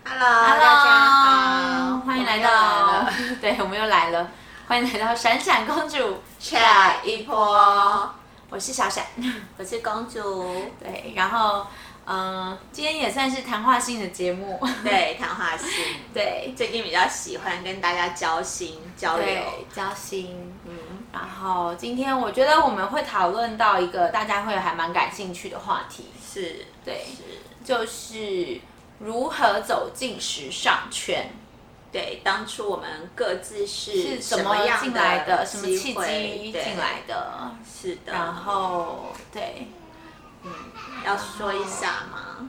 Hello， 大家好， 欢迎来到，对，我们又来了，欢迎来到闪闪公主 chat 一波， 我是小闪， 我是公主， 对，然后今天也算是谈话性的节目， 对，谈话性， 对， 最近比较喜欢跟大家交心交流， 交心，然后今天我觉得我们会讨论到一个大家会还蛮感兴趣的话题， 是， 对，就是如何走进时尚圈。 对，当初我们各自是什么样进来的，什么契机进来的， 是的。 然后对， 要说一下吗？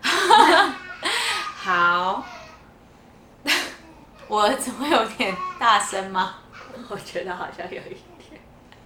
好，我怎么会有点大声吗？ 我觉得好像有一点。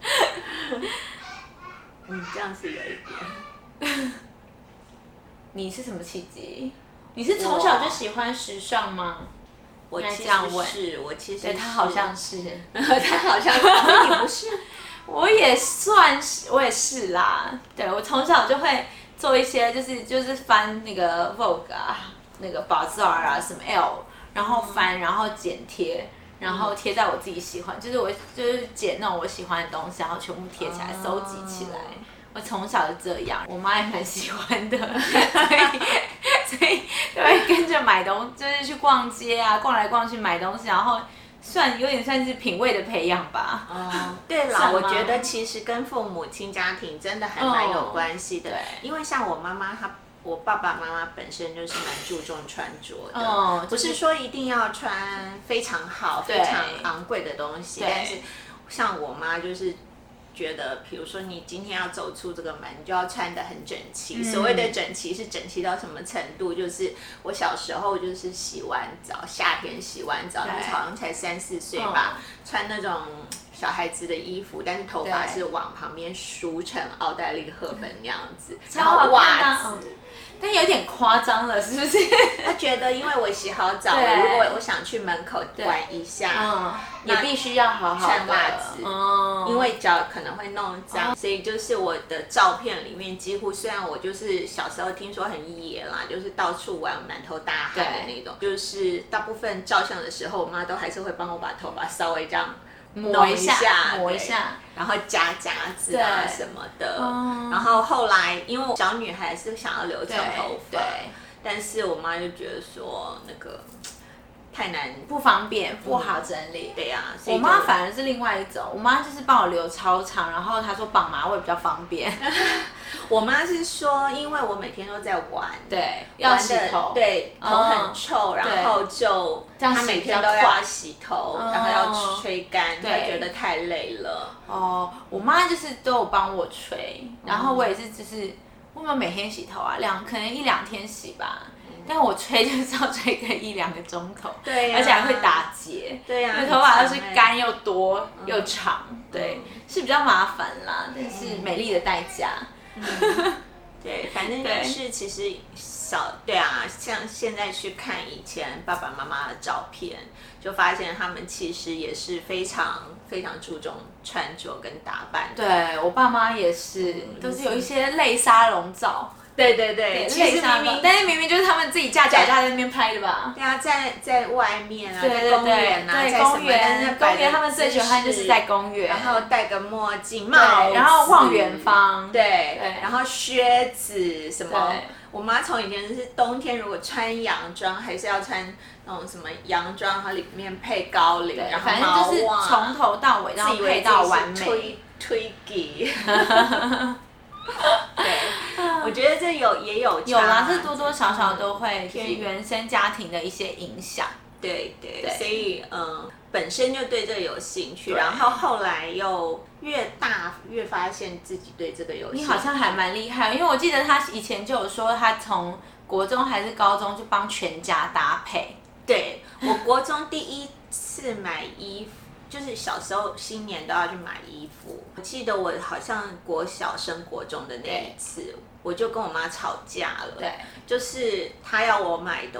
这样是有一点。 你是什么契机？你是从小就喜欢时尚吗？ 我其实是，我其实对他好像是， 他好像是，你不是？ 我也算是，我也是啦。对，我从小就会做一些，就是翻那个 Vogue 啊，那个 Bazaar 啊，什么 L， 然后翻，然后剪贴，然后贴在我自己喜欢，就是我就是剪那种我喜欢的东西，然后全部贴起来，收集起来。我从小就这样，我妈也蛮喜欢的，所以就会跟着买东西，就是去逛街啊，逛来逛去买东西，然后有点算是品味的培养吧。 对啦，我觉得其实跟父母亲家庭真的还蛮有关系的，因为像我妈妈我爸爸妈妈本身就是蛮注重穿着的，不是说一定要穿非常好、非常昂贵的东西，但是像我妈就是觉得，比如说你今天要走出这个门，你就要穿得很整齐。所谓的整齐是整齐到什么程度？就是我小时候就是洗完澡，夏天洗完澡，那好像才3、4岁吧，穿那种小孩子的衣服，但是头发是往旁边梳成奥黛丽·赫本那样子，然后袜子。 但有点夸张了，是不是？ 他觉得，因为我洗好澡了，如果我想去门口玩一下， 也必须要好好穿袜子，因为脚可能会弄脏，所以就是我的照片里面几乎，虽然我就是小时候听说很野啦，就是到处玩满头大汗的那种，就是大部分照相的时候，我妈都还是会帮我把头发稍微这样抹一下， 然后夹子啊什么的。然后后来，因为小女孩是想要留长头发，但是我妈就觉得说那个太难， 不方便，不好整理。 对呀， 我妈反而是另外一种，我妈就是帮我留超长，然后她说绑马尾比较方便。 我妈是说，因为我每天都在玩， 对，要洗头， 对，头很臭，然后就她每天都要洗头，然后要吹干，她觉得太累了。 我妈就是都有帮我吹，然后我也是就是我没有每天洗头啊，可能1、2天洗吧。但我吹就是要吹个1、2个钟头， 对， 而且还会打结， 对呀， 因为头发都是干又多又长，对，是比较麻烦啦，但是美丽的代价。 对，反正就是其实对啊，像现在去看以前爸爸妈妈的照片，就发现他们其实也是非常非常注重穿着跟打扮。 对我爸妈也是，都是有一些类沙龙照。 对， 其实但是明明就是他们自己架脚架在那边拍的吧？ 对啊，在外面啊，在公园啊，在公园他们最喜欢就是在公园， 然后戴个墨镜、帽子， 然后望远方， 对，然后靴子什么。我妈从以前是冬天如果穿洋装，还是要穿那种什么洋装，然后里面配高领，然后反正就是从头到尾，然后配到完美。 推给。对，我觉得这也有啦，这多多少少都会是原生家庭的一些影响。 对，所以本身就对这个有兴趣，然后后来又越大越发现自己对这个有兴趣。 你好像还蛮厉害，因为我记得他以前就有说，他从国中还是高中就帮全家搭配。 对，我国中第一次买衣服。就是小时候新年都要去买衣服，我记得我好像国小升国中的那一次，我就跟我妈吵架了。对，就是她要我买的，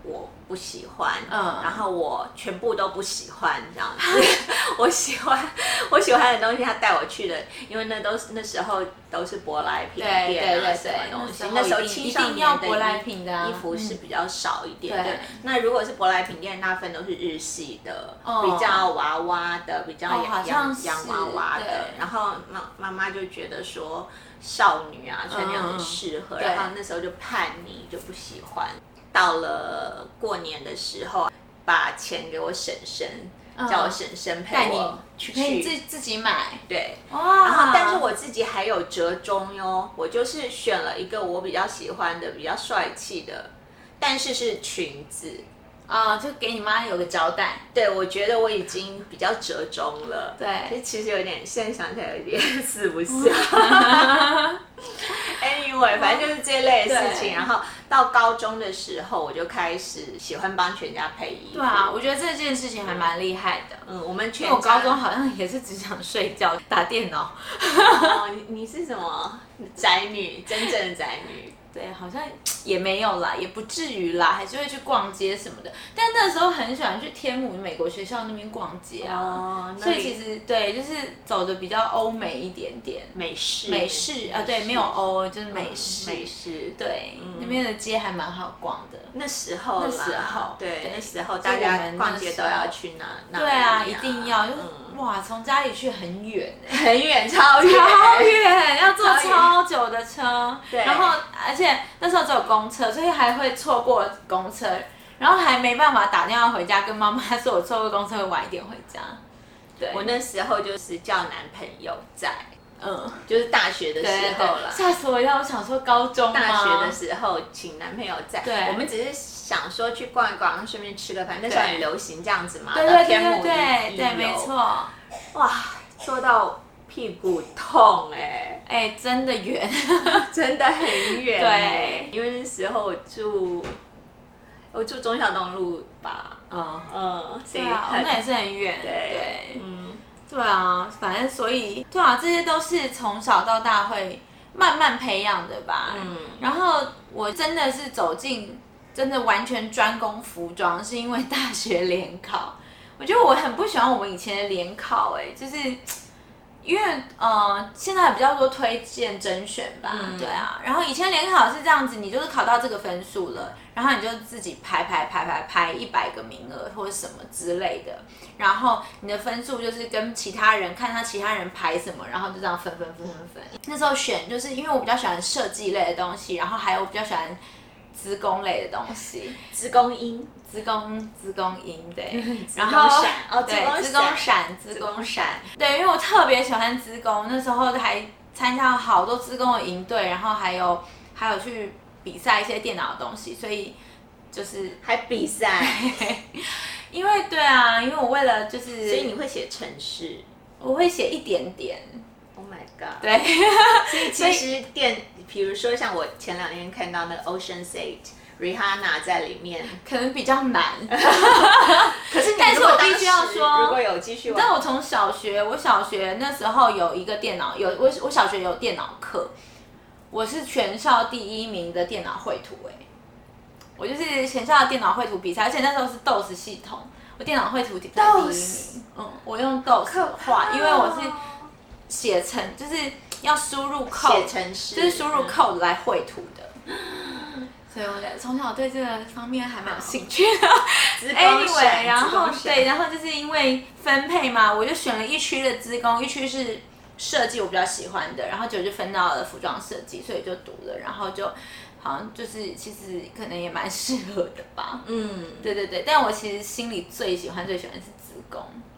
我不喜欢，然后我全部都不喜欢这样子。我喜欢的东西，他带我去的，因为那时候都是舶来品店啊，什么东西。那时候青少年的衣服是比较少一点的。那如果是舶来品店，大部分都是日系的，比较娃娃的，比较洋娃娃的。然后妈妈就觉得说少女啊穿那样很适合，然后那时候就叛逆，就不喜欢。到了过年的时候，把钱给我婶婶，叫我婶婶陪我去， 可以自己买。 对，然后但是我自己还有折中哟，我就是选了一个我比较喜欢的、比较帅气的，但是是裙子。 就给你妈有个交代。 对，我觉得我已经比较折中了。 对， 其实有点，现在想起来有点四不像。Anyway， 反正就是这类的事情。然后到高中的时候，我就开始喜欢帮全家配衣服。 对啊，我觉得这件事情还蛮厉害的。 我们全家。 我高中好像也是只想睡觉、打电脑。 你是什么宅女？真正的宅女？ 对，好像也没有啦，也不至于啦，还是会去逛街什么的。但那时候很喜欢去天母美国学校那边逛街啊，所以其实对，就是走的比较欧美一点点，美式啊，对，没有欧，就是美式，对，那边的街还蛮好逛的。 那时候，对，那时候大家逛街都要去哪？ 对啊，一定要，就是哇，从家里去很远， 很远，超远， 要坐超久的车，然后而且那时候只有公车，所以还会错过公车，然后还没办法打电话回家跟妈妈说我错过公车会晚一点回家。对， 我那时候就是叫男朋友在，就是大学的时候了。 吓死我了！我想说高中吗？ 大学的时候请男朋友在， 对， 我们只是想说去逛一逛，顺便吃个饭。那时候很流行这样子嘛， 对，没错。 哇，坐到屁股痛真的远， 真的很远。 对， 因为那时候我住忠孝东路吧， 对啊，那也是很远。 对， 对啊，反正所以对啊，这些都是从小到大会慢慢培养的吧。然后我真的是走进真的完全专攻服装，是因为大学联考。我觉得我很不喜欢我们以前的联考，就是因为现在比较多推荐甄选吧，对啊。然后以前联考是这样子，你就是考到这个分数了，然后你就自己排100个名额或者什么之类的，然后你的分数就是跟其他人看他其他人排什么，然后就这样分。那时候选就是因为我比较喜欢设计类的东西，然后还有我比较喜欢资工类的东西，资工音，对，然后资工闪，对，因为我特别喜欢资工，那时候还参加了好多资工的营队，然后还有去比赛一些电脑的东西，所以就是还比赛， 因为对啊，因为我为了就是， 所以你会写程式， 我会写一点点。 Oh my god！ 对， 所以其实比如说像我前2天看到那个 Ocean's 8。Rihanna 在里面可能比较难， 可是但是我必须要说， 如果有继续玩， 但我从小学那时候有一个电脑，我小学有电脑课，我是全校第1名的电脑绘图我就是全校的电脑绘图比赛，而且那时候是 DOS 系统，我电脑绘图第1名，我用 DOS 画，因为我是写成就是要输入 code， 就是输入 code 来绘图的。所以我从小对这个方面还蛮有兴趣的。Anyway， 然后就是因为分配嘛，我就选了一区的资工，一区是设计我比较喜欢的，然后就分到了服装设计，所以就读了，然后就好像就是其实可能也蛮适合的吧。对，但我其实心里最喜欢是资工。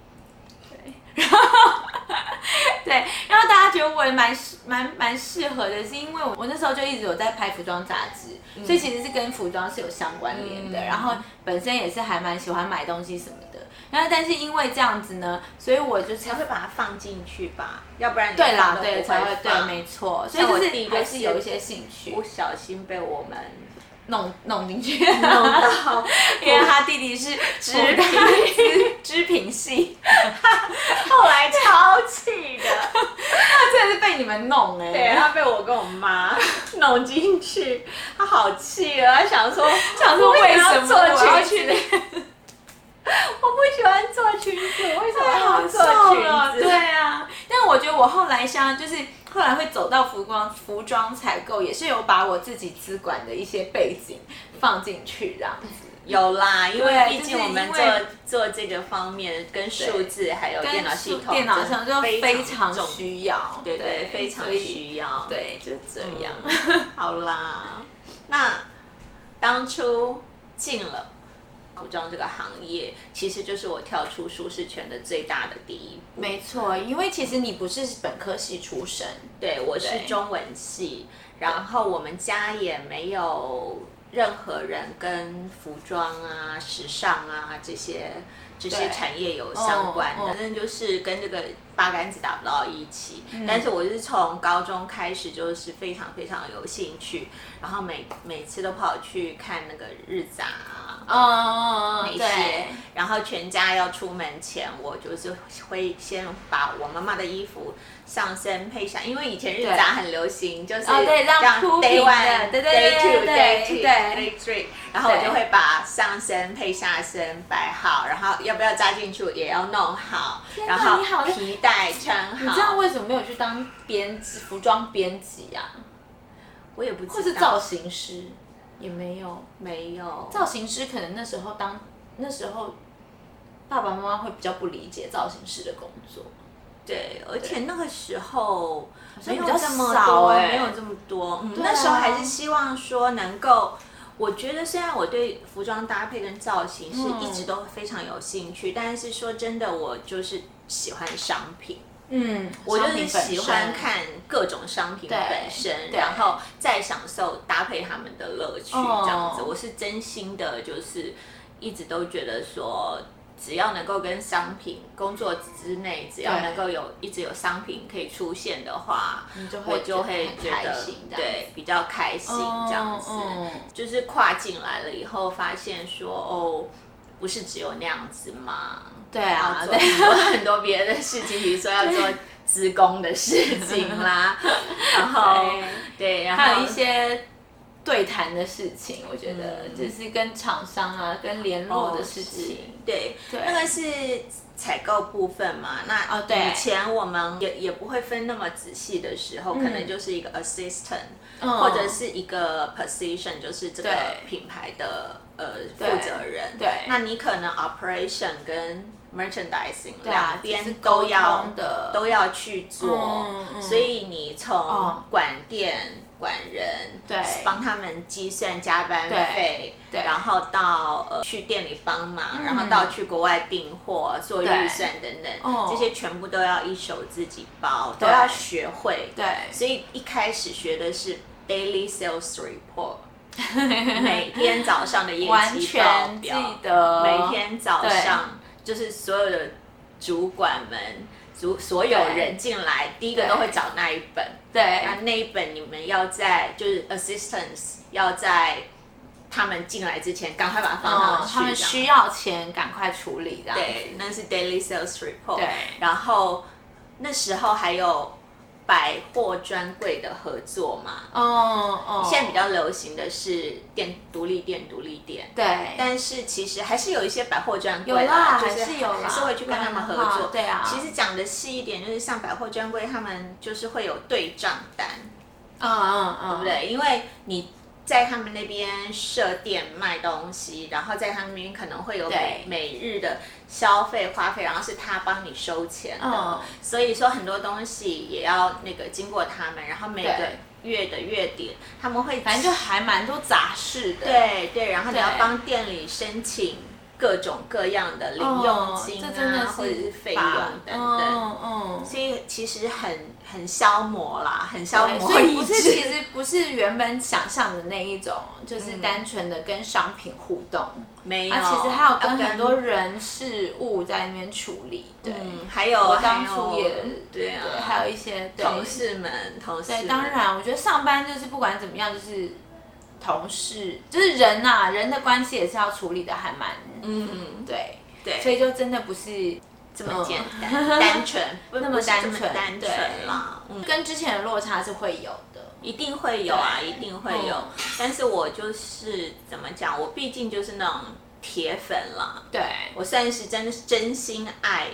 对，然后大家觉得我也蛮适合的，是因为我那时候就一直有在拍服装杂志，所以其实是跟服装是有相关联的。然后本身也是还蛮喜欢买东西什么的。然后但是因为这样子呢，所以我就是才会把它放进去吧，要不然你对啦，对才会对，没错。所以就是还是有一些兴趣。 不小心被我们弄进去， 弄到， 因为他弟弟是织品系， 后来超气的， 他真的是被你们弄哎、 对，他被我跟我妈弄进去，他好气啊，他想说为什么做我要裙去子？我不喜欢做裙子，为什么太好要做裙笑了， 子？ 对啊。但我觉得我后来就是后来会走到服装采购，也是有把我自己资管的一些背景放进去这样子。 有啦，因为对毕竟我们就是因为做这个方面，跟数字还有电脑系统， 电脑上就非常重需要， 对对，非常需要。 对，就这样。 好啦，那当初进了服装这个行业，其实就是我跳出舒适圈的最大的第一步。 没错，因为其实你不是本科系出身， 对，我是中文系，然后我们家也没有任何人跟服装啊、时尚啊这些产业有相关的，反正就是跟这个八竿子打不到一起。但是我是从高中开始就是非常非常有兴趣，然后每次都跑去看那个日杂那些，然后全家要出门前，我就是会先把我妈妈的衣服上身配上，因为以前日杂很流行，就是这样铺平的，对 Day 2 Day 3，然后我就会把上身配下身摆好，然后要不要扎进去也要弄好，然后皮带穿好。 你知道为什么没有去当服装编辑啊？ 我也不知道。 或是造型师也没有。造型师可能那时候爸爸妈妈会比较不理解造型师的工作。 对，而且那个时候没有比较这么少多，没有这么多。那时候还是希望说能够，我觉得虽然我对服装搭配跟造型是一直都非常有兴趣，但是说真的，我就是喜欢商品。我就是喜欢看各种商品本身，然后再享受搭配他们的乐趣，这样子。我是真心的，就是一直都觉得说，只要能够跟商品工作之内，只要能够一直有商品可以出现的话，我就会觉得对比较开心这样子。就是跨进来了以后，发现说不是只有那样子嘛。 对啊， 做很多别的事情，比如说要做职工的事情啦，然后对，然后还有一些对谈的事情，我觉得就是跟厂商啊、跟联络的事情。 对，那个是采购部分嘛。那以前我们也不会分那么仔细的时候，可能就是一个 assistant，或者是一个 position，就是这个品牌的负责人。 对， 那你可能 operation 跟merchandising 两边都要去做，所以你从管店、管人，帮他们计算加班费，然后到去店里帮忙，然后到去国外订货、做预算等等，这些全部都要一手自己包，都要学会。对，所以一开始学的是 daily sales report。每天早上的业绩报表，每天早上就是所有的主管们、所有人进来，第一个都会找那一本。对，那一本你们要在就是 assistants 要在他们进来之前赶快把它放上去， 他们需要钱赶快处理的。 对，那是 daily sales report。 对， 然后那时候还有百货专柜的合作嘛，现在比较流行的是独立店，对，但是其实还是有一些百货专柜啦，就是还是会去跟他们合作， 对啊。 其实讲的细一点，就是像百货专柜，他们就是会有对账单，对不对？因为你在他们那边设店卖东西，然后在他们那边可能会有每日的消费花费，然后是他帮你收钱的，所以说很多东西也要经过他们，然后每个月的月底他们会， 反正就还蛮多杂事的， 对，然后你要帮店里申请各种各样的零用金啊，或者是费用等等，所以其实很消磨啦，很消磨意志。 其实不是原本想象的那一种，就是单纯的跟商品互动， 没有， 其实还有跟很多人事物在那边处理。对， 还有我当初也对啊， 还有一些同事们， 对，当然，我觉得上班就是不管怎么样，就是同事，就是人啊，人的关系也是要处理的还蛮，对，所以就真的不是这么简单、单纯， 那么单纯啦。 跟之前的落差是会有的， 一定会有啊，一定会有。但是我就是怎么讲，我毕竟就是那种铁粉啦。 对， 我算是真心爱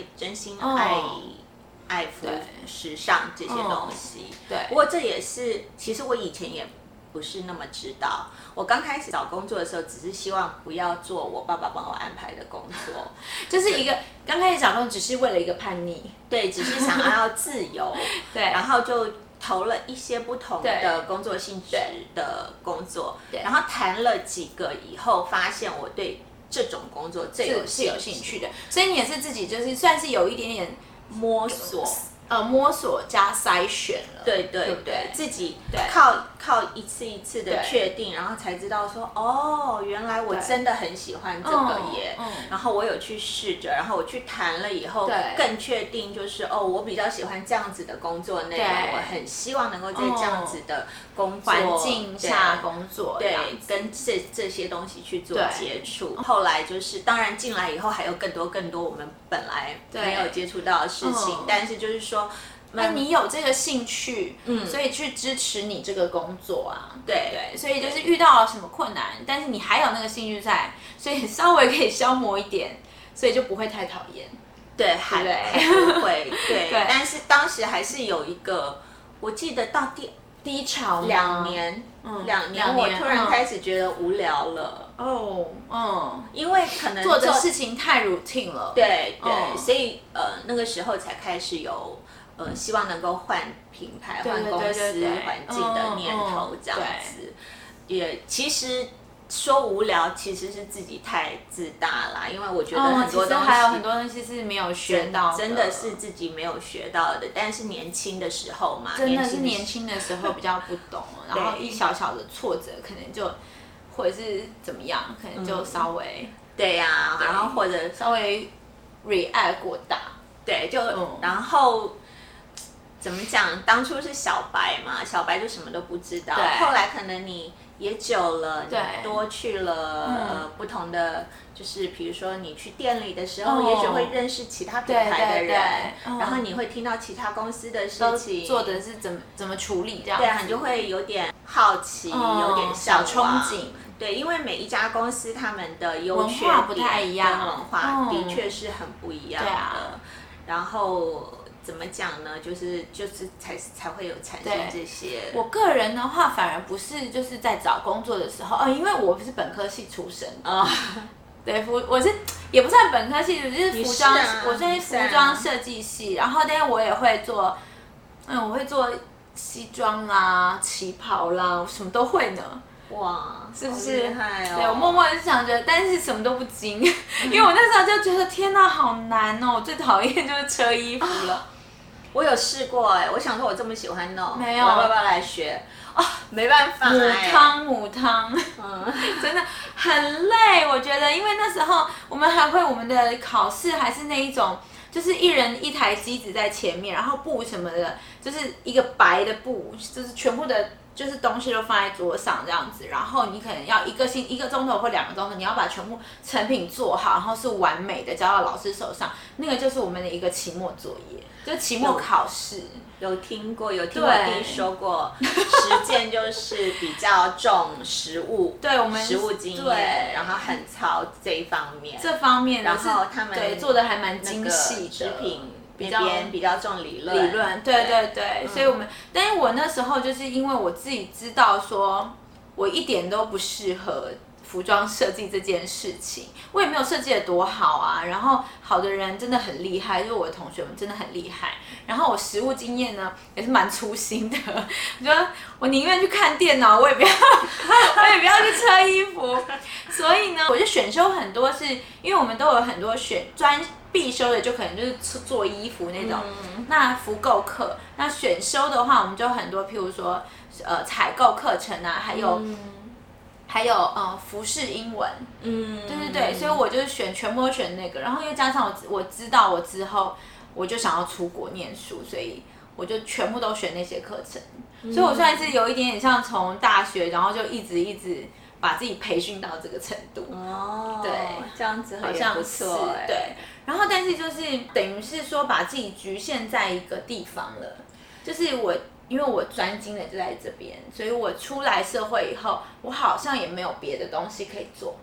服时尚这些东西。 对， 不过这也是，其实我以前也不是那么知道。我刚开始找工作的时候，只是希望不要做我爸爸帮我安排的工作， 就是一个刚开始找工作只是为了一个叛逆， 对，只是想要自由， 对， 然后就投了一些不同的工作性质的工作，然后谈了几个以后，发现我对这种工作最有兴趣的， 所以你也是自己就是算是有一点点摸索。 摸索加筛选了， 对，自己靠一次一次的确定，然后才知道说，哦，原来我真的很喜欢这个耶。然后我有去试着，然后我去谈了以后，更确定就是我比较喜欢这样子的工作内容，我很希望能够在这样子的工作环境下工作， 对，跟这些东西去做接触。后来就是当然进来以后还有更多我们本来没有接触到的事情，但是就是说。 那你有这个兴趣，所以去支持你这个工作啊，对，所以就是遇到了什么困难，但是你还有那个兴趣在，所以稍微可以消磨一点，所以就不会太讨厌， 对，还不会，对，但是当时还是有一个，我记得到低潮 2年，我突然开始觉得无聊了，因为可能做的事情太 routine 了， 对，所以那个时候才开始有。希望能够换品牌、换公司环境的念头，这样子。也其实说无聊，其实是自己太自大啦。因为我觉得很多东西还有很多东西是没有学到的， 真的是自己没有学到的。但是年轻的时候嘛， 真的是年轻的时候比较不懂，然后一小小的挫折可能就或者是怎么样，可能就稍微对呀，然后或者稍微 react 过大， 对，就然后。怎么讲？当初是小白嘛，小白就什么都不知道。后来可能你也久了，你多去了不同的，就是比如说你去店里的时候，也许会认识其他品牌的人，然后你会听到其他公司的事情， 做的是怎么处理这样。 对啊，你就会有点好奇，有点小憧憬。 对，因为每一家公司他们的优缺点不太一样， 文化的确是很不一样的。然后。怎么讲呢？就是才会有产生这些。 我个人的话，反而不是就是在找工作的时候因为我不是本科系出身的对，我是也不算本科系，就是服装，我是服装设计系，然后但是我也会做，我会做西装啦、旗袍啦，我什么都会呢。 哇， 是不是？ 厉害哦！ 对，我默默的想着，但是什么都不精，因为我那时候就觉得天哪，好难哦！我最讨厌就是车衣服了。 我有试过我想说我这么喜欢弄， 没有， 我要不要来学？没办法母汤，真的很累。我觉得，因为那时候我们还会我们的考试还是那一种，就是一人一台机子在前面，然后布什么的，就是一个白的布，就是全部的。就是东西都放在桌上这样子，然后你可能要1个钟头或2个钟头，你要把全部成品做好，然后是完美的交到老师手上。那个就是我们的一个期末作业，就期末考试。 有听我弟说过，实践就是比较重实务， 对我们实务经验，然后很操这一方面。 这方面， 然后他们做的还蛮精细的， 织品。比较重理论， 对，所以但是我那时候就是因为我自己知道说，我一点都不适合服装设计这件事情，我也没有设计的多好啊。然后好的人真的很厉害，就是我的同学们真的很厉害。然后我实务经验呢也是蛮粗心的，我觉得我宁愿去看电脑，我也不要去车衣服。所以呢，我就选修很多是因为我们都有很多必修的，就可能就是做衣服那种，那服购课。那选修的话，我们就很多，譬如说采购课程啊，还有服饰英文，对，所以我就是全部都选那个，然后又加上我知道我之后我就想要出国念书，所以我就全部都选那些课程。 所以我算是有一点点像从大学，然后就一直把自己培训到这个程度。对， 这样子好像不错对。然后但是就是等于是说把自己局限在一个地方了，就是因为我专精的就在这边，所以我出来社会以后，我好像也没有别的东西可以做。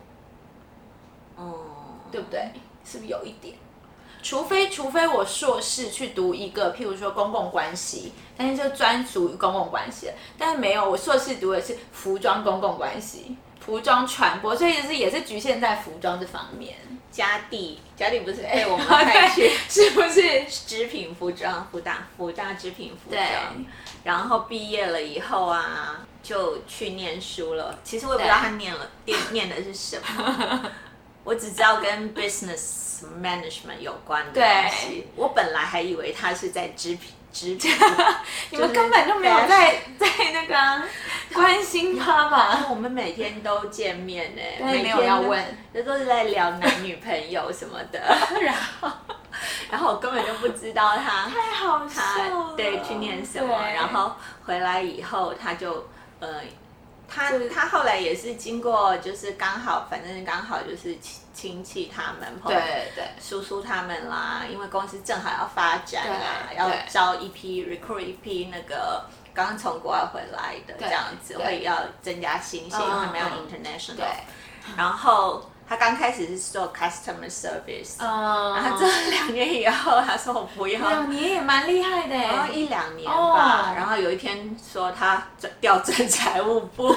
对不对？是不是有一点？除非我硕士去读一个，譬如说公共关系，但是就专属于公共关系，但是没有，我硕士读的是服装公共关系、服装传播，所以也是局限在服装这方面。 嘉弟不是被我们派去是不是织品服装、福大织品服装？ 对。 然后毕业了以后啊，就去念书了。其实我也不知道他念的是什么。我只知道跟 business management 有关的东西。我本来还以为他是在织品， 你们根本就没有在那个关心他吧？ 我们每天都见面呢， 每天要问， 这都是在聊男女朋友什么的。然后我根本就不知道他太好笑了， 对，去念什么，然后回来以后他就他后来也是经过，就是反正刚好就是亲戚他们， 对， 叔叔他们啦，因为公司正好要发展啦，要招recruit 一批那个刚从国外回来的这样子，会要增加新血，因为他们要 international。对，然后他刚开始是做 customer service， 然后做了2年以后，他说我不要。 2年也蛮厉害的耶。 然后1-2年吧，然后有一天说他调整财务部。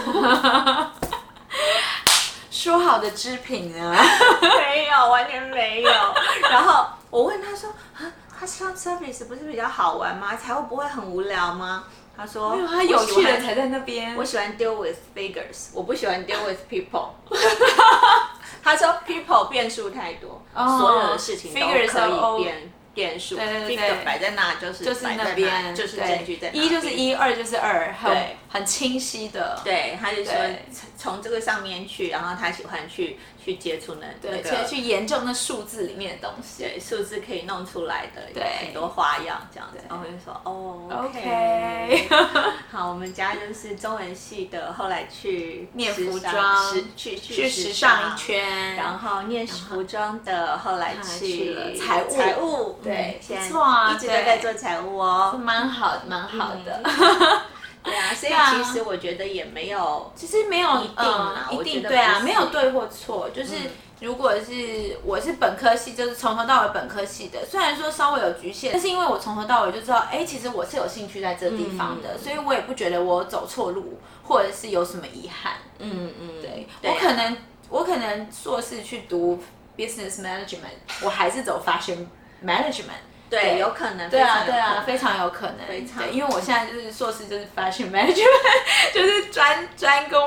说好的织品呢？ 没有，完全没有。然后我问他说customer service 不是比较好玩吗？财务不会很无聊吗？他说他有趣的才在那边。 我喜欢 deal with figures， 我不喜欢 deal with people。他说 people 变数太多，所有的事情都可以变数。figure 摆在那就是那边， 就是证据在那。 1就是1，2就是2，很清晰的。 对，他就说从这个上面去，然后他喜欢去接触那个去研究那数字里面的东西。 对，数字可以弄出来的很多花样这样子。然后我就说 OK。 好，我们家就是中文系的，后来去念服装， 去时尚一圈， 然后念服装的，后来去财务。 对， 不错啊， 一直都在做财务哦， 蛮好的。 对啊，所以其实我觉得也没有， 其实没有一定对啊，没有对或错，就是如果是我是本科系，就是从头到尾本科系的，虽然说稍微有局限，但是因为我从头到尾就知道，其实我是有兴趣在这地方的，所以我也不觉得我走错路，或者是有什么遗憾。对，我可能硕士去读 business management， 我还是走 fashion management。 对，有可能。 对啊，非常有可能。对，因为我现在就是硕士，就是 fashion management， 就是专攻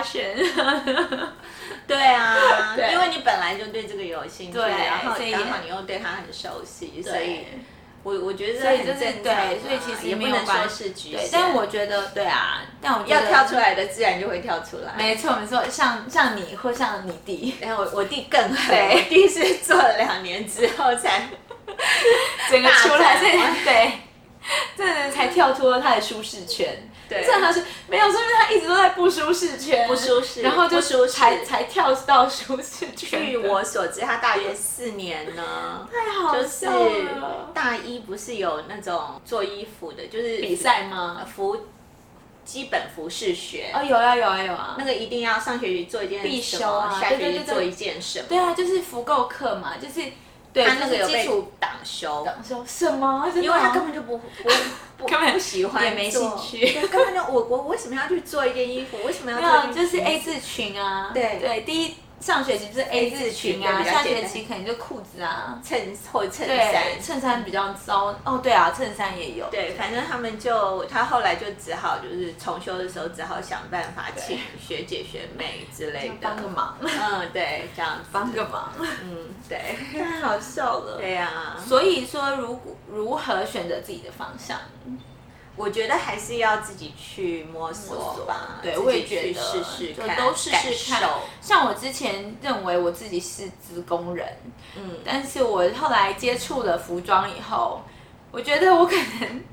fashion。 对啊，因为你本来就对这个有兴趣，然后刚好你又对它很熟悉，所以我觉得很正常。 所以其实也不能说是局限。 但我觉得对啊，但我觉得要跳出来的自然就会跳出来。 没错，像你或像你弟， 然后我弟更狠，我弟是做了2年之后才。 整个出来真的才跳出了他的舒适圈。 对， 这样他是没有，说明他一直都在不舒适圈， 不舒适， 然后就才跳到舒适圈。 据我所知，他大约4年呢。 太好笑了。就是大一不是有那种做衣服的，就是比赛吗？ 基本服饰学。 有啊。 那个一定要上学期做一件必修啊， 下学期做一件什么？ 对啊，就是服购课嘛，就是。 他那个有被挡修什么？ 因为他根本就不喜欢， 也没兴趣。 根本就我为什么要去做一件衣服？为什么要做？ 就是 A 字裙啊。对，第一上学期不是 A 字裙啊，下学期可能就裤子啊， 衬衫。 对，衬衫比较糟。对啊，衬衫也有。 对，反正他后来就只好就是重修的时候只好想办法请学姐学妹之类的帮个忙。 对，这样子帮个忙。 对， 太好笑了。 对啊， 所以说如何选择自己的方向？ 我觉得还是要自己去摸索吧。 对，我也觉得试试看， 都试试看。像我之前认为我自己是资工人，但是我后来接触了服装以后，我觉得我可能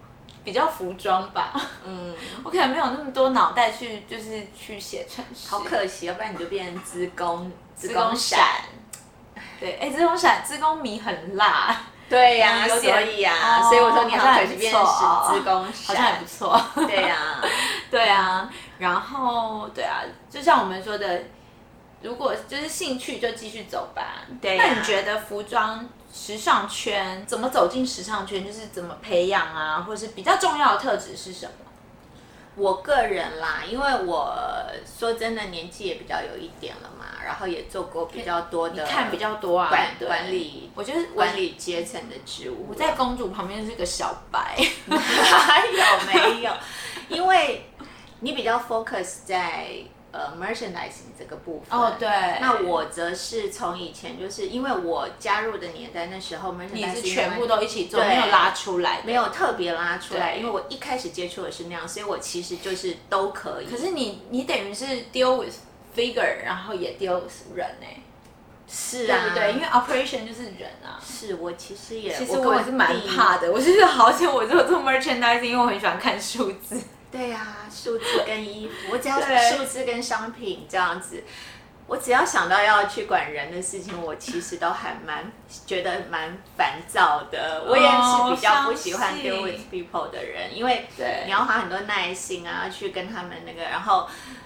比较服装吧。我可能没有那么多脑袋去就是去写程式。 好可惜，要不然你就变成资工闪。 对，资工闪，资工迷很辣。 对呀，所以啊，所以我说你好可惜变成资工闪， 好像还不错。 对呀， 对啊，然后对啊，就像我们说的，如果就是兴趣就继续走吧。 对。 那你觉得服装时尚圈怎么走进时尚圈，就是怎么培养啊，或是比较重要的特质是什么？ 我个人啦，因为我说真的年纪也比较有一点了嘛，然后也做过比较多的， 你看比较多啊， 管理， 我觉得管理阶层的职务。 我在公主旁边是个小白， 哪有没有？因为你比较 focus 在merchandising 这个部分。 哦，对。 那我则是从以前就是因为我加入的年代，那时候 merchandising 你是全部都一起做，没有拉出来的， 没有特别拉出来，因为我一开始接触的是那样，所以我其实就是都可以。 可是你等于是 deal with figure， 然后也 deal with 人欸。 是啊， 对不对？因为 operation 就是人啊。 是我其实也我也是蛮怕的，我就是好险我做 merchandising， 因为我很喜欢看数字。 对呀，数字跟衣服，我只要数字跟商品这样子，我只要想到要去管人的事情，我其实都还觉得蛮烦躁的。我也是比较不喜欢 deal with people 的人，因为你要花很多耐心啊，去跟他们那个，然后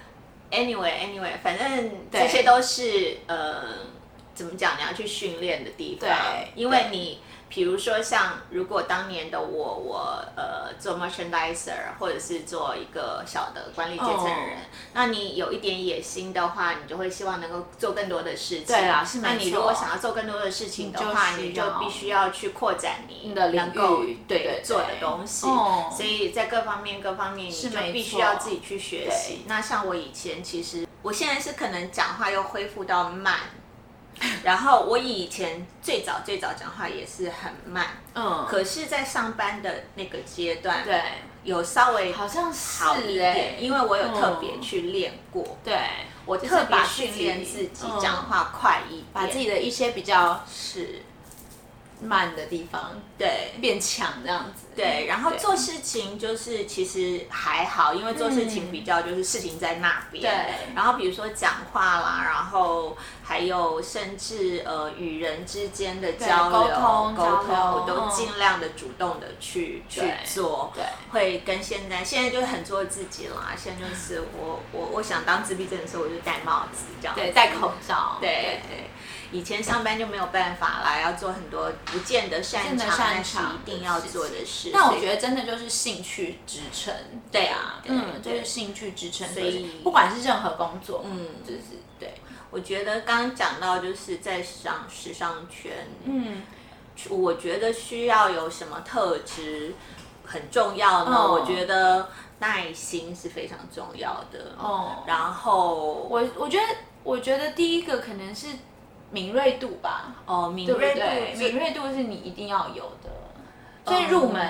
anyway， 反正这些都是怎么讲？你要去训练的地方，因为你。比如说像如果当年的我做 merchandiser 或者是做一个小的管理阶层的人，那你有一点野心的话，你就会希望能够做更多的事情。 对啦，是没错。 那你如果想要做更多的事情的话，你就必须要去扩展你的能够对做的东西。所以在各方面你就必须要自己去学习。那像我以前其实，我现在是可能讲话又恢复到慢。然后我以前最早讲话也是很慢，可是在上班的那个阶段， 对， 有稍微好像是好一点，因为我有特别去练过， 对， 我特别训练自己讲话快一点， 把自己的一些比较慢的地方， 对， 变强这样子。 对，然后做事情就是其实还好，因为做事情比较就是事情在那边。 对。 然后比如说讲话啦，然后还有甚至与人之间的交流、沟通，我都尽量的主动的去做。 对。 会跟现在就是很做自己啦。现在就是我想当自闭症的时候，我就戴帽子这样。 对，戴口罩。 对。以前上班就没有办法啦，要做很多不见得擅长，但是一定要做的事。 但我觉得真的就是兴趣支撑。 对啊， 就是兴趣支撑。所以不管是任何工作，就是对。 我觉得刚刚讲到就是在时尚圈，我觉得需要有什么特质很重要呢？我觉得耐心是非常重要的。然后我觉得第一个可能是。敏锐度吧， 敏锐度， 敏锐度是你一定要有的。最入门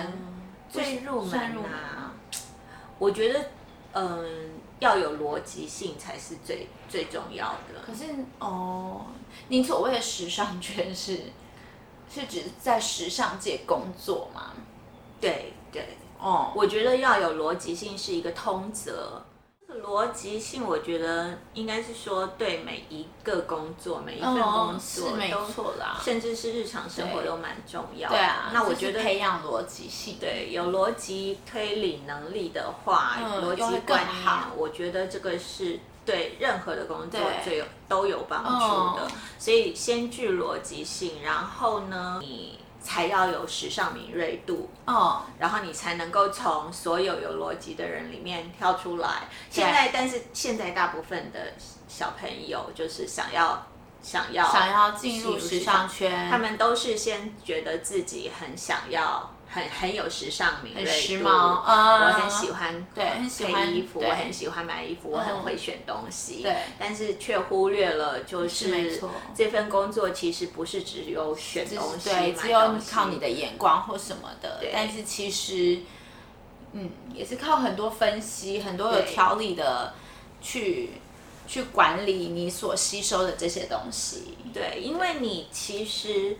啊，我觉得，要有逻辑性才是最重要的。 可是，你所谓的时尚圈是指在时尚界工作吗？ 对，我觉得要有逻辑性是一个通则。逻辑性，我觉得应该是说，对每一个工作、每一份工作是没错啦， 甚至是日常生活都蛮重要的。 对啊， 那我觉得培养逻辑性， 对，有逻辑推理能力的话，逻辑观念，我觉得这个是对任何的工作都有帮助的。所以先具逻辑性，然后呢，你才要有时尚敏锐度，然后你才能够从所有逻辑的人里面挑出来。但是现在大部分的小朋友就是想要进入时尚圈， 他们都是先觉得自己很想要。很有时尚敏锐度， 很时髦， 我很喜欢配衣服，我很喜欢买衣服，我很会选东西，但是却忽略了就是这份工作其实不是只有选东西， 只有靠你的眼光或什么的，但是其实也是靠很多分析，很多有条理的去管理你所吸收的这些东西。 对，因为你其实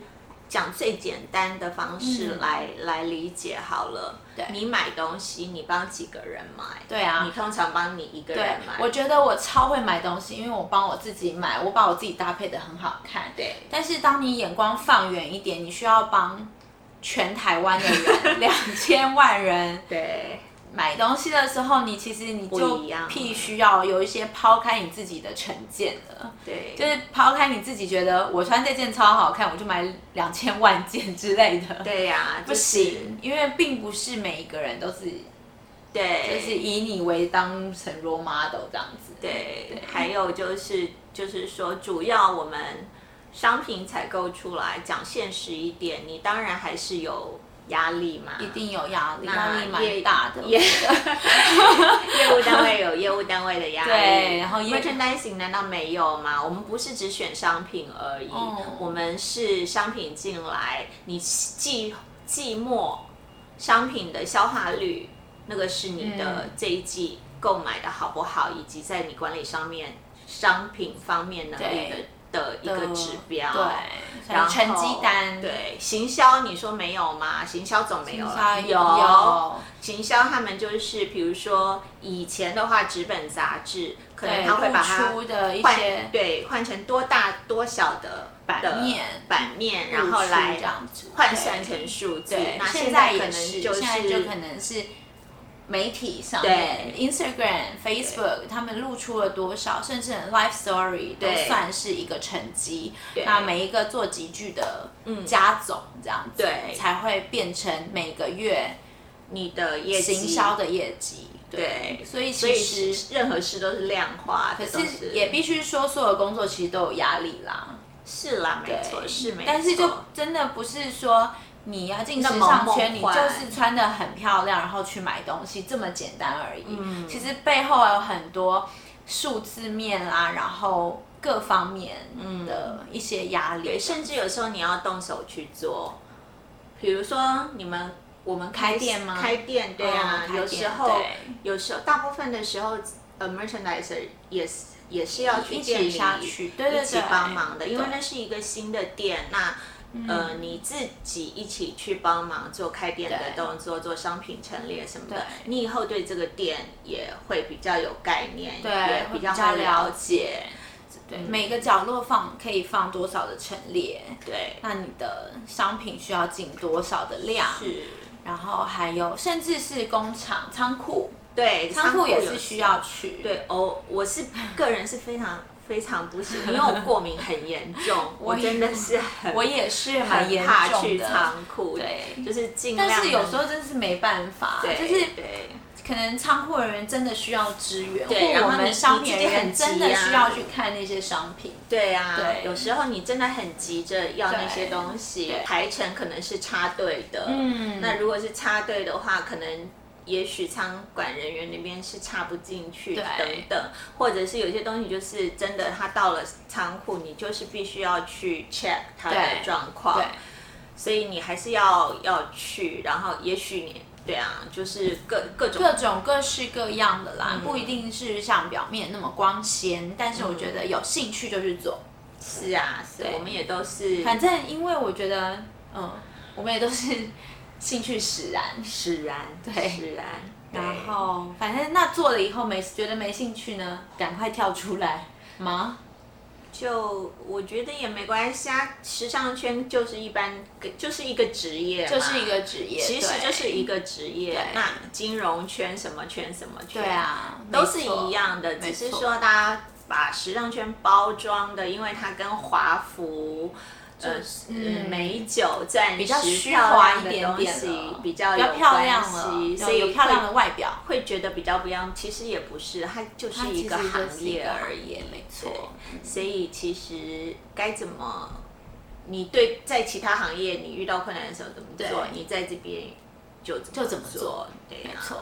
讲最简单的方式来理解好了。 对， 你买东西，你帮几个人买？ 对啊， 你通常帮你一个人买。 我觉得我超会买东西，因为我帮我自己买，我把我自己搭配的很好看。 对。 但是当你眼光放远一点，你需要帮全台湾的人2000万人对买东西的时候，你其实你就必须要有一些抛开你自己的成见的。 对， 就是抛开你自己觉得我穿这件超好看，我就买2000万件之类的。 对呀， 不行，因为并不是每一个人都是， 对， 就是以你为当成 role model 这样子。 对，还有就是说，主要我们商品采购出来，讲现实一点，你当然还是有压力嘛， 一定有压力，压力蛮大的。 业务单位有业务单位的压力， 对，然后 merchandising 难道没有吗？我们不是只选商品而已，我们是商品进来，你季末商品的消化率，那个是你的这一季购买的好不好，以及在你管理上面商品方面能力的一个指标。 对，然后成绩单。 对，行销你说没有吗？行销总没有了。 有。 行销他们就是比如说以前的话纸本杂志，可能他会把它换成多大多小的版面，然后来换算成数字。那现在也是，现在就可能是媒体上面 ，Instagram、Facebook， 他们露出了多少，甚至 Life Story 都算是一个成绩。那每一个做集聚的加总，这样子才会变成每个月你的业绩、 行销的业绩。 对， 所以其实任何事都是量化的。 可是也必须说，所有工作其实都有压力啦。 是啦，没错，是没错。 但是就真的不是说你要进时尚圈，你就是穿得很漂亮，然后去买东西这么简单而已。其实背后有很多数字面啦，然后各方面的一些压力。 对，甚至有时候你要动手去做，比如说我们开店吗？ 开店，对啊，有时候大部分的时候，merchandiser 也是要去店里一起帮忙的，因为那是一个新的店，那你自己一起去帮忙做开店的动作，做商品陈列什么的，你以后对这个店也会比较有概念，也比较会了解。 对，每个角落可以放多少的陈列， 对， 那你的商品需要进多少的量， 是， 然后还有甚至是工厂、仓库， 对， 仓库也是需要去。 对我是个人是非常非常不行，因为我过敏很严重，我真的是我也是很严重的，怕去仓库，对，就是尽量。 但是有时候真是没办法，就是可能仓库的人真的需要支援，或我们商品人真的需要去看那些商品。 对啊，有时候你真的很急着要那些东西，排程可能是插队的。那如果是插队的话，可能也许仓管人员那边是插不进去等等，或者是有些东西就是真的，他到了仓库，你就是必须要去 check 它的状况，所以你还是要去，然后也许你。对啊，就是各种各式各样的啦，不一定是像表面那么光鲜，但是我觉得有兴趣就去做。 是啊，我们也都是。 反正因为我觉得，我们也都是兴趣使然， 对。 然后反正那做了以后觉得没兴趣呢，赶快跳出来吗？ 就我觉得也没关系啊，时尚圈就是一个职业嘛， 就是一个职业， 其实就是一个职业。那金融圈什么圈， 对啊， 都是一样的，只是说大家把时尚圈包装的，因为它跟华服。美酒暂比较虚华一点点比较漂亮了， 所以有漂亮的外表， 会觉得比较不一样。其实也不是，它就是一个行业而已， 没错。 所以其实该怎么，你在其他行业你遇到困难的时候怎么做，你在这边就怎么做，对， 没错。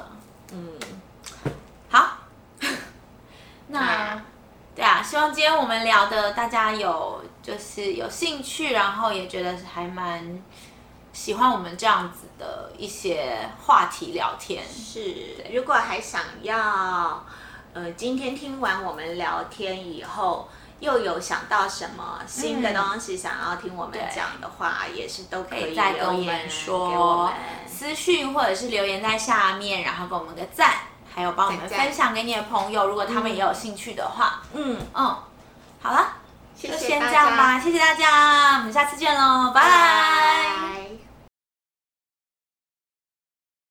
好，那。对啊，希望今天我们聊的大家有兴趣，然后也觉得还蛮喜欢我们这样子的一些话题聊天。 是，如果还想要今天听完我们聊天以后， 又有想到什么新的东西想要听我们讲的话，也是都可以再跟我们说，私讯或者是留言在下面，然后给我们个赞，还有帮我们分享给你的朋友，如果他们也有兴趣的话。好了，就先这样吧，谢谢大家，我们下次见喽，拜拜。